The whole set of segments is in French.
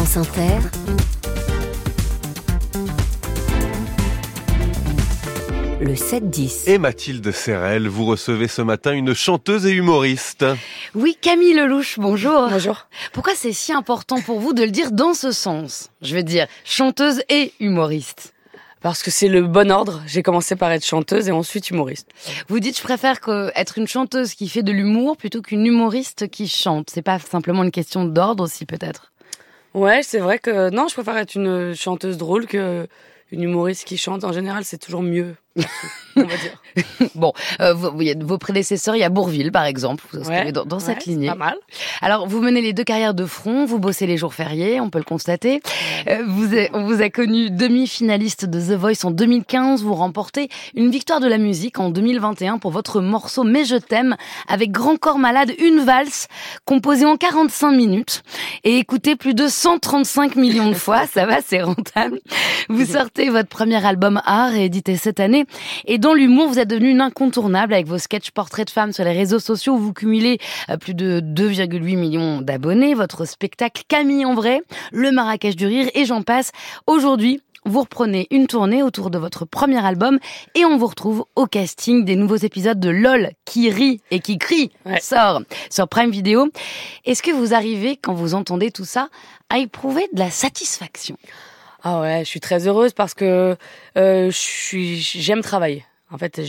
France Inter, le 7-10. Et Mathilde Serrel, vous recevez ce matin une chanteuse et humoriste. Oui, Camille Lelouch, bonjour. Bonjour. Pourquoi c'est si important pour vous de le dire dans ce sens ? Je veux dire, chanteuse et humoriste. Parce que c'est le bon ordre. J'ai commencé par être chanteuse et ensuite humoriste. Vous dites, je préfère être une chanteuse qui fait de l'humour plutôt qu'une humoriste qui chante. C'est pas simplement une question d'ordre aussi, peut-être ? Ouais, c'est vrai que non, je préfère être une chanteuse drôle que une humoriste qui chante. En général, c'est toujours mieux, on va dire. Bon, vos prédécesseurs, il y a Bourvil, par exemple. Vous inscrivez dans cette lignée. Pas mal. Alors, vous menez les deux carrières de front, vous bossez les jours fériés, on peut le constater. On vous a connu demi-finaliste de The Voice en 2015. Vous remportez une victoire de la musique en 2021 pour votre morceau « Mais je t'aime » avec Grand Corps Malade, une valse composée en 45 minutes et écoutée plus de 135 millions de fois. Ça va, c'est rentable. Vous sortez votre premier album art réédité cette année. Et dans l'humour, vous êtes devenue une incontournable avec vos sketchs portraits de femmes sur les réseaux sociaux où vous cumulez plus de 2,8 millions d'abonnés. Votre spectacle Camille en vrai, le Marrakech du rire et j'en passe. Aujourd'hui, vous reprenez une tournée autour de votre premier album et on vous retrouve au casting des nouveaux épisodes de LOL qui rit et qui crie sort sur Prime Video. Est-ce que vous arrivez, quand vous entendez tout ça, à éprouver de la satisfaction ? Ah ouais, je suis très heureuse parce que j'aime travailler. En fait,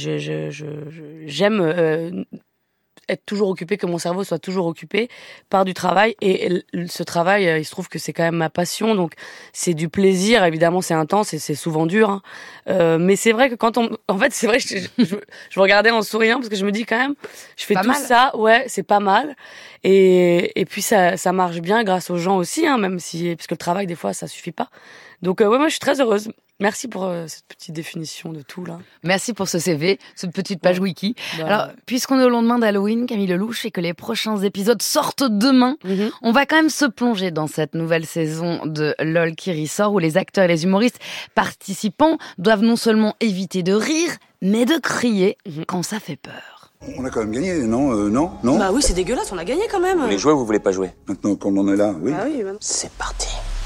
j'aime être toujours occupée, que mon cerveau soit toujours occupé par du travail. Et ce travail, il se trouve que c'est quand même ma passion, donc c'est du plaisir. Évidemment, c'est intense et c'est souvent dur. Hein. Mais c'est vrai que en fait, c'est vrai, je regardais en souriant parce que je me dis quand même, je fais tout ça, ouais, c'est pas mal. Et puis ça marche bien grâce aux gens aussi, hein, même si parce que le travail des fois ça suffit pas. Donc ouais, moi je suis très heureuse. Merci pour cette petite définition de tout là. Merci pour ce CV, cette petite page wiki. Bah, alors, puisqu'on est au lendemain d'Halloween, Camille Lelouch, et que les prochains épisodes sortent demain, on va quand même se plonger dans cette nouvelle saison de LOL qui ressort où les acteurs et les humoristes participants doivent non seulement éviter de rire, mais de crier quand ça fait peur. On a quand même gagné, non? Bah oui, c'est dégueulasse, on a gagné quand même. Vous voulez jouer ou vous voulez pas jouer? Maintenant qu'on en est là, oui. Bah oui, C'est parti.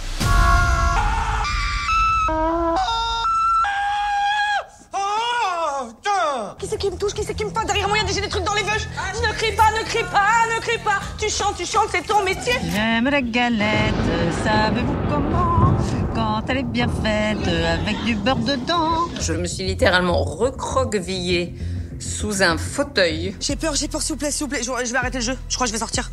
Qui c'est qui me touche? Qui c'est qui me passe derrière moi? Il y a déjà des trucs dans les veuches. Ne crie pas, ne crie pas, ne crie pas. Tu chantes, c'est ton métier. J'aime la galette, savez-vous comment? Quand elle est bien faite, avec du beurre dedans. Je me suis littéralement recroquevillée sous un fauteuil. J'ai peur, s'il vous plaît. Je vais arrêter le jeu. Je crois que je vais sortir.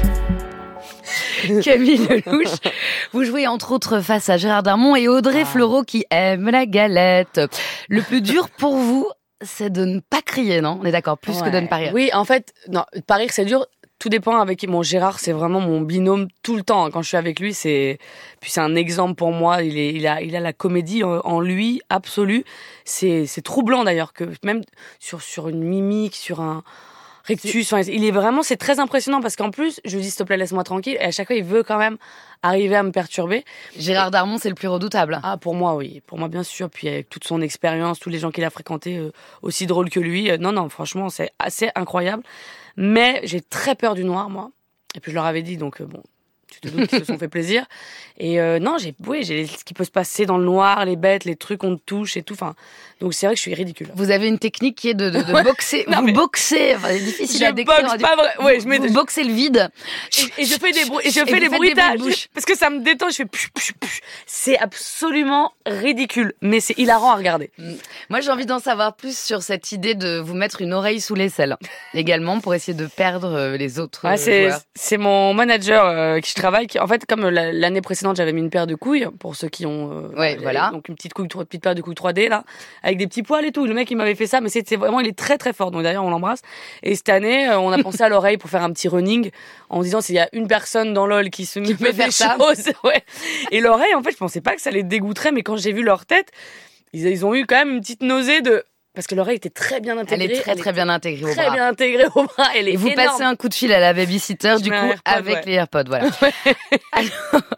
Camille Lelouch, vous jouez entre autres face à Gérard Darmon et Audrey Fleurot qui aiment la galette. Le plus dur pour vous, c'est de ne pas crier, non ? On est d'accord, plus que de ne pas rire. Oui, en fait, non, pas rire, c'est dur. Tout dépend avec mon Gérard, c'est vraiment mon binôme tout le temps. Quand je suis avec lui, c'est un exemple pour moi. Il a la comédie en lui absolue. C'est troublant d'ailleurs que même sur une mimique, sur un rectus, il est vraiment, c'est très impressionnant parce qu'en plus, je lui dis s'il te plaît, laisse-moi tranquille et à chaque fois, il veut quand même arriver à me perturber. Gérard Darmon, c'est le plus redoutable. Ah, pour moi, oui. Pour moi, bien sûr. Puis avec toute son expérience, tous les gens qu'il a fréquentés, aussi drôles que lui. Non, franchement, c'est assez incroyable. Mais j'ai très peur du noir, moi. Et puis je leur avais dit, donc bon, tu te doutes qu'ils se sont fait plaisir. Et non, j'ai ce qui peut se passer dans le noir, les bêtes, les trucs qu'on te touche et tout. Enfin, donc c'est vrai que je suis ridicule. Vous avez une technique qui est de boxer. Non, vous boxez. Enfin, c'est difficile à décrire. Je boxe pas vrai. Ouais, vous boxez le vide. Et je fais des bruitages parce que ça me détend. Je fais puh. C'est absolument ridicule, mais c'est hilarant à regarder. Moi, j'ai envie d'en savoir plus sur cette idée de vous mettre une oreille sous l'aisselle, également pour essayer de perdre les autres joueurs. C'est mon manager qui je travaille. En fait, comme l'année précédente, j'avais mis une paire de couilles pour ceux qui ont. Voilà. Donc une petite paire de couilles 3D là, avec des petits poils et tout. Le mec, il m'avait fait ça, mais c'est vraiment, il est très très fort. Donc d'ailleurs, on l'embrasse. Et cette année, on a pensé à l'oreille pour faire un petit running en disant s'il y a une personne dans LOL qui se met peut faire ça. Ouais. Et l'oreille, en fait, je pensais pas que ça les dégoûterait, mais quand j'ai vu leur tête, ils ont eu quand même une petite nausée de. Parce que l'oreille était très bien intégrée. Elle est très bien intégrée au bras. Très bien intégrée au bras. Elle est et vous énorme. passez un coup de fil à la babysitter, du coup, avec les AirPods, voilà. Alors,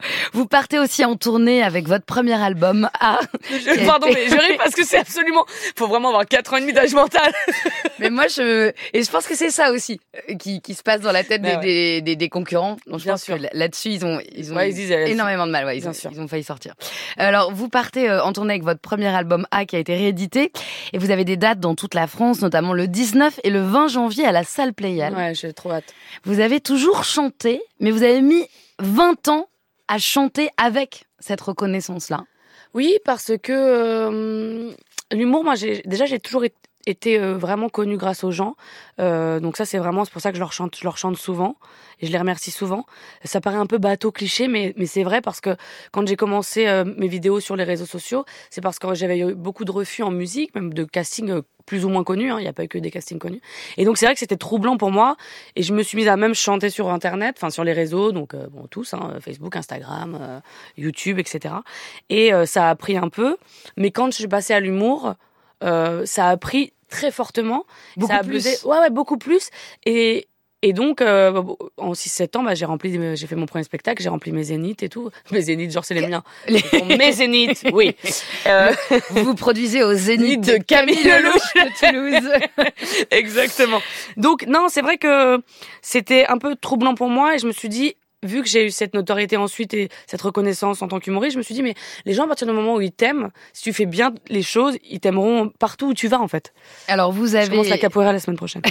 Vous partez aussi en tournée avec votre premier album A. Pardon, mais je ris parce que c'est absolument... Faut vraiment avoir 4 ans et demi d'âge mental. Mais moi, je pense que c'est ça aussi qui se passe dans la tête des concurrents. Donc, je pense que là-dessus, ils ont énormément de mal. Ouais, ils ont failli sortir. Alors, vous partez en tournée avec votre premier album A qui a été réédité. Et vous avez des dates dans toute la France, notamment le 19 et le 20 janvier à la Salle Pléiade. Ouais, j'ai trop hâte. Vous avez toujours chanté, mais vous avez mis 20 ans à chanter avec cette reconnaissance-là. Oui, parce que l'humour, moi, j'ai toujours été vraiment connue grâce aux gens. Donc ça, c'est pour ça que je leur chante souvent et je les remercie souvent. Ça paraît un peu bateau, cliché, mais c'est vrai parce que quand j'ai commencé mes vidéos sur les réseaux sociaux, c'est parce que j'avais eu beaucoup de refus en musique, même de castings plus ou moins connus. Il n'y a pas eu que des castings connus. Et donc c'est vrai que c'était troublant pour moi et je me suis mise à même chanter sur Internet, enfin sur les réseaux, donc tous, Facebook, Instagram, YouTube, etc. Et ça a pris un peu. Mais quand je suis passée à l'humour, ça a pris très fortement. Beaucoup ça a plus. Ouais, beaucoup plus. Et donc, en 6-7 ans, j'ai fait mon premier spectacle, j'ai rempli mes zéniths et tout. Mes zéniths, genre c'est les miens. Mes zéniths, oui. Vous vous produisez au Zénith de Camille Lelouch de Toulouse. Exactement. Donc, non, c'est vrai que c'était un peu troublant pour moi et je me suis dit, vu que j'ai eu cette notoriété ensuite et cette reconnaissance en tant qu'humoriste, je me suis dit, mais les gens, à partir du moment où ils t'aiment, si tu fais bien les choses, ils t'aimeront partout où tu vas, en fait. Alors, vous avez... Je commence la capoeira la semaine prochaine.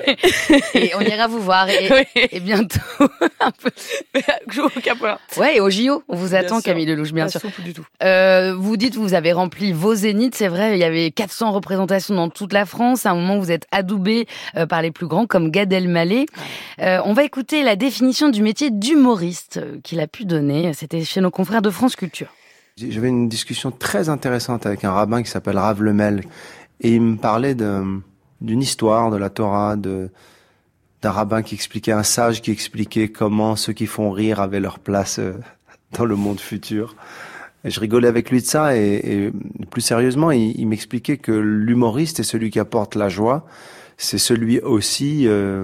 Et on ira vous voir. Et bientôt, un peu... Jouer au capoeira. Ouais, et au JO, on vous attend, Bien sûr. Camille Lelouch, bien sûr. Souple du tout. Vous dites que vous avez rempli vos zéniths, c'est vrai, il y avait 400 représentations dans toute la France. À un moment, vous êtes adoubé par les plus grands, comme Gad Elmaleh. On va écouter la définition du métier d'humoriste qu'il a pu donner. C'était chez nos confrères de France Culture. J'avais une discussion très intéressante avec un rabbin qui s'appelle Rav Lemel. Et il me parlait d'une histoire de la Torah, d'un rabbin qui expliquait, un sage qui expliquait comment ceux qui font rire avaient leur place dans le monde futur. Et je rigolais avec lui de ça et plus sérieusement, il m'expliquait que l'humoriste est celui qui apporte la joie. C'est celui aussi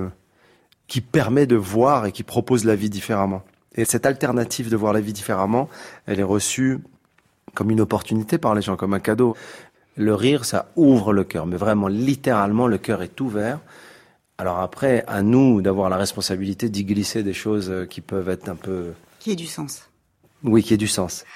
qui permet de voir et qui propose la vie différemment. Et cette alternative de voir la vie différemment, elle est reçue comme une opportunité par les gens, comme un cadeau. Le rire, ça ouvre le cœur, mais vraiment, littéralement, le cœur est ouvert. Alors après, à nous d'avoir la responsabilité d'y glisser des choses qui peuvent être un peu... Qui ait du sens. Oui, qui ait du sens.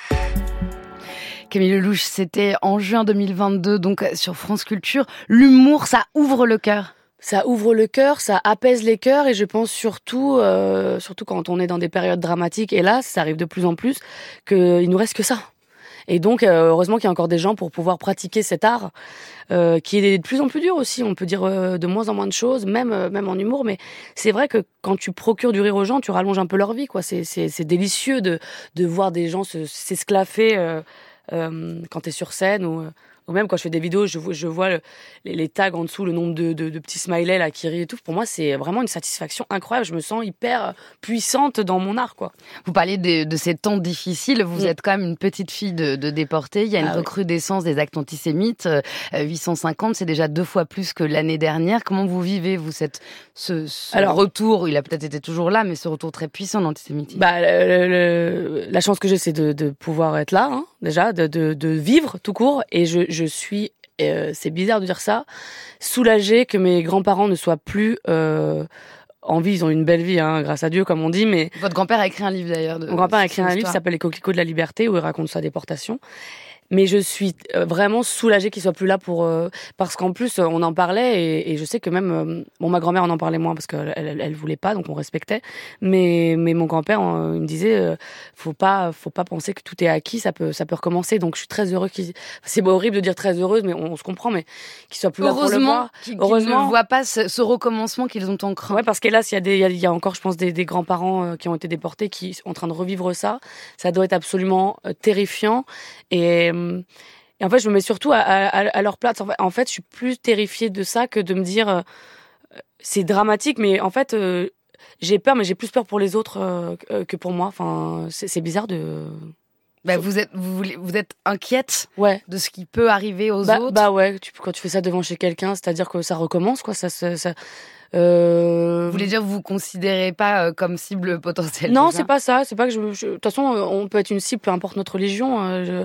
Camille Lelouch, c'était en juin 2022, donc sur France Culture. L'humour, ça ouvre le cœur. Ça ouvre le cœur, ça apaise les cœurs et je pense surtout quand on est dans des périodes dramatiques, hélas, ça arrive de plus en plus, qu'il nous reste que ça. Et donc, heureusement qu'il y a encore des gens pour pouvoir pratiquer cet art, qui est de plus en plus dur aussi. On peut dire de moins en moins de choses, même en humour. Mais c'est vrai que quand tu procures du rire aux gens, tu rallonges un peu leur vie, quoi. C'est délicieux de voir des gens s'esclaffer quand t'es sur scène ou même quand je fais des vidéos, je vois les tags en dessous, le nombre de petits smileys là qui rient et tout. Pour moi, c'est vraiment une satisfaction incroyable. Je me sens hyper puissante dans mon art, quoi. Vous parlez de ces temps difficiles. Vous êtes quand même une petite fille de déportée. Il y a une recrudescence des actes antisémites. 850, c'est déjà 2 fois plus que l'année dernière. Comment vous vivez, vous, ce retour? Il a peut-être été toujours là, mais ce retour très puissant d'antisémitisme. La chance que j'ai, c'est de pouvoir être là, hein, déjà, de vivre tout court. Et je suis, c'est bizarre de dire ça, soulagée que mes grands-parents ne soient plus en vie. Ils ont une belle vie, hein, grâce à Dieu, comme on dit. Mais votre grand-père a écrit un livre d'ailleurs. Mon grand-père a écrit un livre qui s'appelle Les coquelicots de la liberté, où il raconte sa déportation. Mais je suis vraiment soulagée qu'il soit plus là parce qu'en plus on en parlait et je sais que même ma grand-mère en parlait moins parce qu'elle voulait pas, donc on respectait. Mais mon grand-père il me disait faut pas penser que tout est acquis, ça peut recommencer. Donc je suis très heureuse c'est horrible de dire très heureuse, mais on se comprend, mais qu'il soit plus là pour le voir. Heureusement, ne voient pas ce recommencement qu'ils ont tant craint. Ouais, parce qu'hélas il y a encore, je pense, des grands-parents qui ont été déportés qui sont en train de revivre ça. Ça doit être absolument terrifiant et en fait, je me mets surtout à leur place. En fait, je suis plus terrifiée de ça que de me dire c'est dramatique, mais en fait, j'ai peur, mais j'ai plus peur pour les autres que pour moi. Enfin, c'est bizarre de... vous êtes inquiète de ce qui peut arriver aux autres. Ouais, quand tu fais ça devant chez quelqu'un, c'est-à-dire que ça recommence, quoi. Vous voulez dire, vous considérez pas comme cible potentielle? Non, c'est pas ça. C'est pas que de toute façon, on peut être une cible, peu importe notre religion.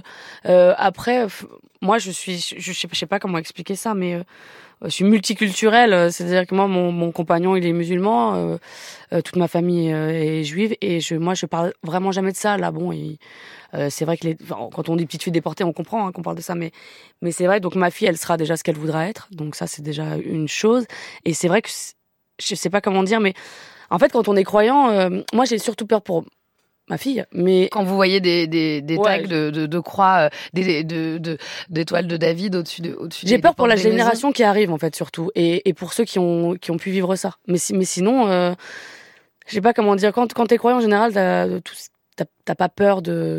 Après, moi, je sais pas comment expliquer ça, mais je suis multiculturelle. C'est-à-dire que moi, mon compagnon, il est musulman. Toute ma famille est juive, et moi, je parle vraiment jamais de ça. Là, bon, c'est vrai que quand on dit petite fille déportée, on comprend qu'on parle de ça, mais c'est vrai. Donc ma fille, elle sera déjà ce qu'elle voudra être. Donc ça, c'est déjà une chose. Et c'est vrai que je sais pas comment dire, mais en fait, quand on est croyant, moi, j'ai surtout peur pour ma fille. Mais quand vous voyez des tags de croix, d'étoiles de David au-dessus j'ai peur pour la génération qui arrive, en fait, surtout, et pour ceux qui ont pu vivre ça. Mais sinon, je sais pas comment dire. Quand t'es croyant, en général, t'as pas peur de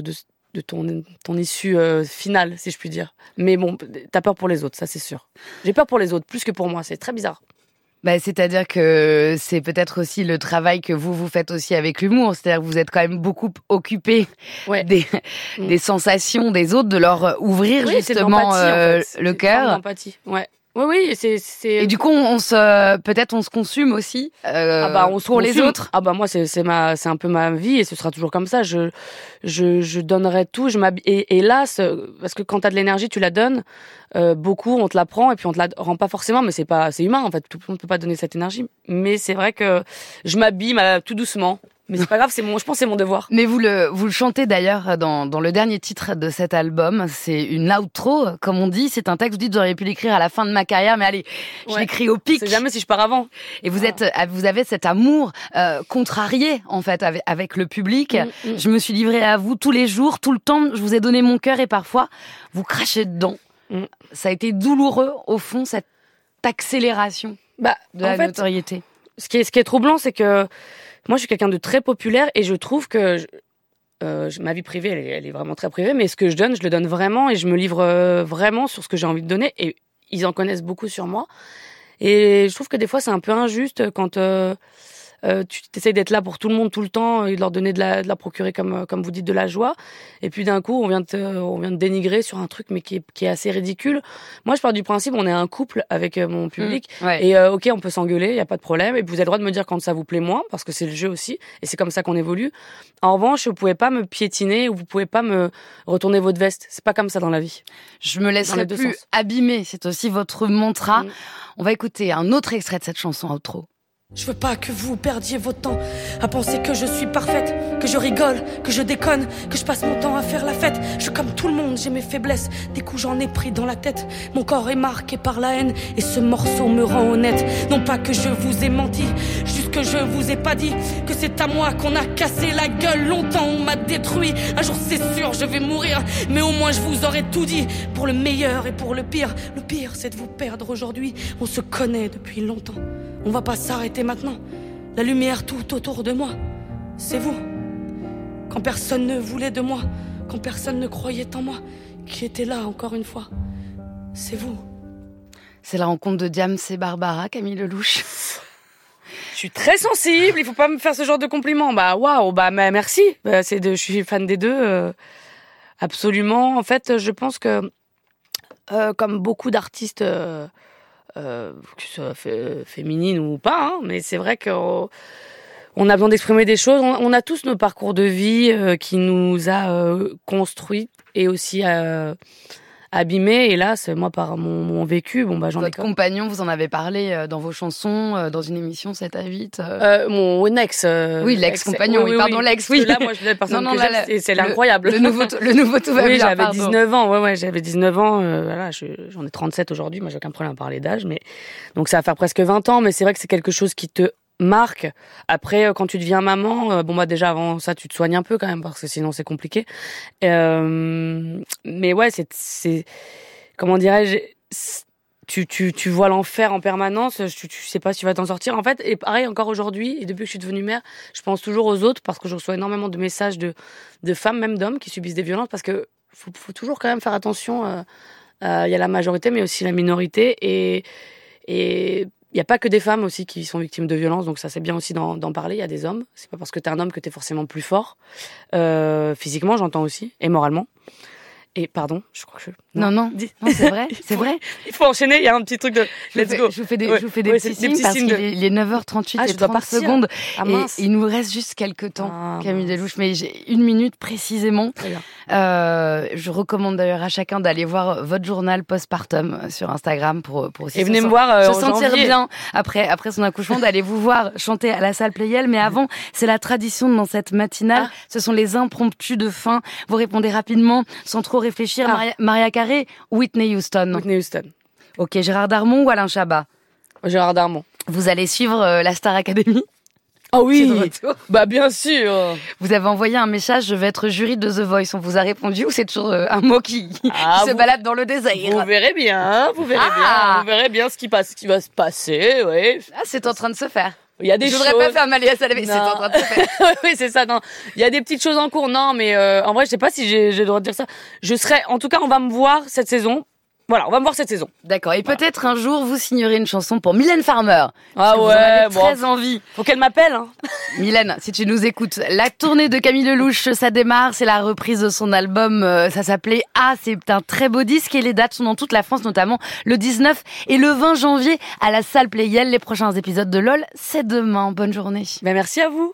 ton issue finale, si je puis dire. Mais bon, t'as peur pour les autres, ça c'est sûr. J'ai peur pour les autres, plus que pour moi, c'est très bizarre. C'est-à-dire que c'est peut-être aussi le travail que vous faites aussi avec l'humour. C'est-à-dire que vous êtes quand même beaucoup occupé des sensations des autres, de leur ouvrir justement le cœur. L'empathie, ouais. Oui, c'est. Et du coup, on se consume aussi pour les autres. Moi, c'est un peu ma vie, et ce sera toujours comme ça. Je donnerai tout. Et là, parce que quand t'as de l'énergie, tu la donnes. Beaucoup, on te la prend, et puis on te la rend pas forcément, mais c'est humain en fait. Tout le monde peut pas donner cette énergie. Mais c'est vrai que je m'habille tout doucement. Mais c'est pas grave, je pense que c'est mon devoir. Mais vous le chantez d'ailleurs dans le dernier titre de cet album. C'est une outro, comme on dit. C'est un texte, vous dites, j'aurais pu l'écrire à la fin de ma carrière, mais allez, je l'écris au pic. C'est jamais si je pars avant. Et vous avez cet amour contrarié, en fait, avec le public. Je me suis livrée à vous tous les jours, tout le temps. Je vous ai donné mon cœur, et parfois, vous crachez dedans. Ça a été douloureux, au fond, cette accélération de la notoriété. Ce qui est troublant, c'est que moi, je suis quelqu'un de très populaire, et je trouve que ma vie privée, elle est vraiment très privée, mais ce que je le donne vraiment, et je me livre vraiment sur ce que j'ai envie de donner, et ils en connaissent beaucoup sur moi. Et je trouve que des fois, c'est un peu injuste quand tu essayes d'être là pour tout le monde tout le temps, et de leur donner de la procurer, comme vous dites, de la joie. Et puis d'un coup, on vient de dénigrer sur un truc, mais qui est assez ridicule. Moi, je pars du principe, on est un couple avec mon public. Et ok, on peut s'engueuler, il y a pas de problème. Et vous avez le droit de me dire quand ça vous plaît moins, parce que c'est le jeu aussi. Et c'est comme ça qu'on évolue. En revanche, vous pouvez pas me piétiner, ou vous pouvez pas me retourner votre veste. C'est pas comme ça dans la vie. Je me laisserai plus abîmer. C'est aussi votre mantra. On va écouter un autre extrait de cette chanson outro. Je veux pas que vous perdiez votre temps à penser que je suis parfaite, que je rigole, que je déconne, que je passe mon temps à faire la fête. Je suis comme tout le monde, j'ai mes faiblesses, des coups j'en ai pris dans la tête. Mon corps est marqué par la haine, et ce morceau me rend honnête. Non pas que je vous ai menti, juste que je vous ai pas dit que c'est à moi qu'on a cassé la gueule. Longtemps on m'a détruit, un jour c'est sûr je vais mourir, mais au moins je vous aurais tout dit, pour le meilleur et pour le pire. Le pire c'est de vous perdre aujourd'hui, on se connaît depuis longtemps. On va pas s'arrêter maintenant. La lumière tout autour de moi, c'est vous. Quand personne ne voulait de moi, quand personne ne croyait en moi, qui était là encore une fois, c'est vous. C'est la rencontre de Diams et Barbara, Camille Lelouch. Je suis très sensible, il faut pas me faire ce genre de compliments. Merci. Je suis fan des deux. Absolument. En fait, je pense que comme beaucoup d'artistes, que ce soit féminine ou pas, mais c'est vrai qu'on a besoin d'exprimer des choses. On a tous nos parcours de vie qui nous a construits, et aussi abîmés. Et là, c'est moi, par mon vécu, j'en ai. Votre compagnon, vous en avez parlé dans vos chansons, dans une émission 7 à 8. Mon ex. Oui, l'ex-compagnon, l'ex, oui. Là, moi, je suis la personne que j'aime, c'est incroyable. Le nouveau tout va bien, j'avais 19 ans, j'avais 19 ans, j'en ai 37 aujourd'hui, moi j'ai aucun problème à parler d'âge, mais donc ça va faire presque 20 ans, mais c'est vrai que c'est quelque chose qui te marque. Après, quand tu deviens maman, déjà avant ça, tu te soignes un peu quand même, parce que sinon c'est compliqué. Mais ouais, c'est comment dirais-je, tu vois l'enfer en permanence, tu sais pas si tu vas t'en sortir. En fait, et pareil encore aujourd'hui, et depuis que je suis devenue mère, je pense toujours aux autres, parce que je reçois énormément de messages de femmes, même d'hommes, qui subissent des violences, parce que faut toujours quand même faire attention. Il y a la majorité, mais aussi la minorité, et il n'y a pas que des femmes aussi qui sont victimes de violences, donc ça c'est bien aussi d'en parler. Il y a des hommes, c'est pas parce que t'es un homme que t'es forcément plus fort, physiquement j'entends aussi, et moralement. Et pardon, je crois que Non, c'est vrai, c'est vrai. Il faut enchaîner, il y a un petit truc de let's go. Je vous fais des petits signes parce qu'il est 9h38 et 30 secondes. Et il nous reste juste quelques temps, Camille Delouche, mais j'ai 1 minute précisément. Je recommande d'ailleurs à chacun d'aller voir votre journal postpartum sur Instagram pour aussi venez me voir se sentir bien après son accouchement, d'aller vous voir chanter à la salle Playel. Mais avant, c'est la tradition dans cette matinale. Ce sont les impromptus de fin. Vous répondez rapidement, sans trop réfléchir. Maria Carey, Whitney Houston. Whitney Houston. Ok, Gérard Darmon ou Alain Chabat? Gérard Darmon. Vous allez suivre la Star Academy? Ah oui, bah bien sûr. Vous avez envoyé un message, je vais être jury de The Voice. On vous a répondu ou c'est toujours un mot qui se balade dans le désert? Vous verrez bien, vous verrez bien ce qui va se passer, oui. C'est en train de se faire. Il y a des choses. Je voudrais pas faire Malia Salamé, c'est en train de se faire. Oui, c'est ça, non. Il y a des petites choses en cours, non, mais en vrai, je sais pas si j'ai le droit de dire ça. En tout cas, on va me voir cette saison. Voilà, on va me voir cette saison. D'accord. Et peut-être un jour, vous signerez une chanson pour Mylène Farmer. Ah ouais, vous en avez très envie. Faut qu'elle m'appelle, hein. Mylène, si tu nous écoutes, la tournée de Camille Lelouch, ça démarre. C'est la reprise de son album. Ça s'appelait Ah. C'est un très beau disque et les dates sont dans toute la France, notamment le 19 et le 20 janvier à la salle Playel. Les prochains épisodes de LOL, c'est demain. Bonne journée. Ben merci à vous.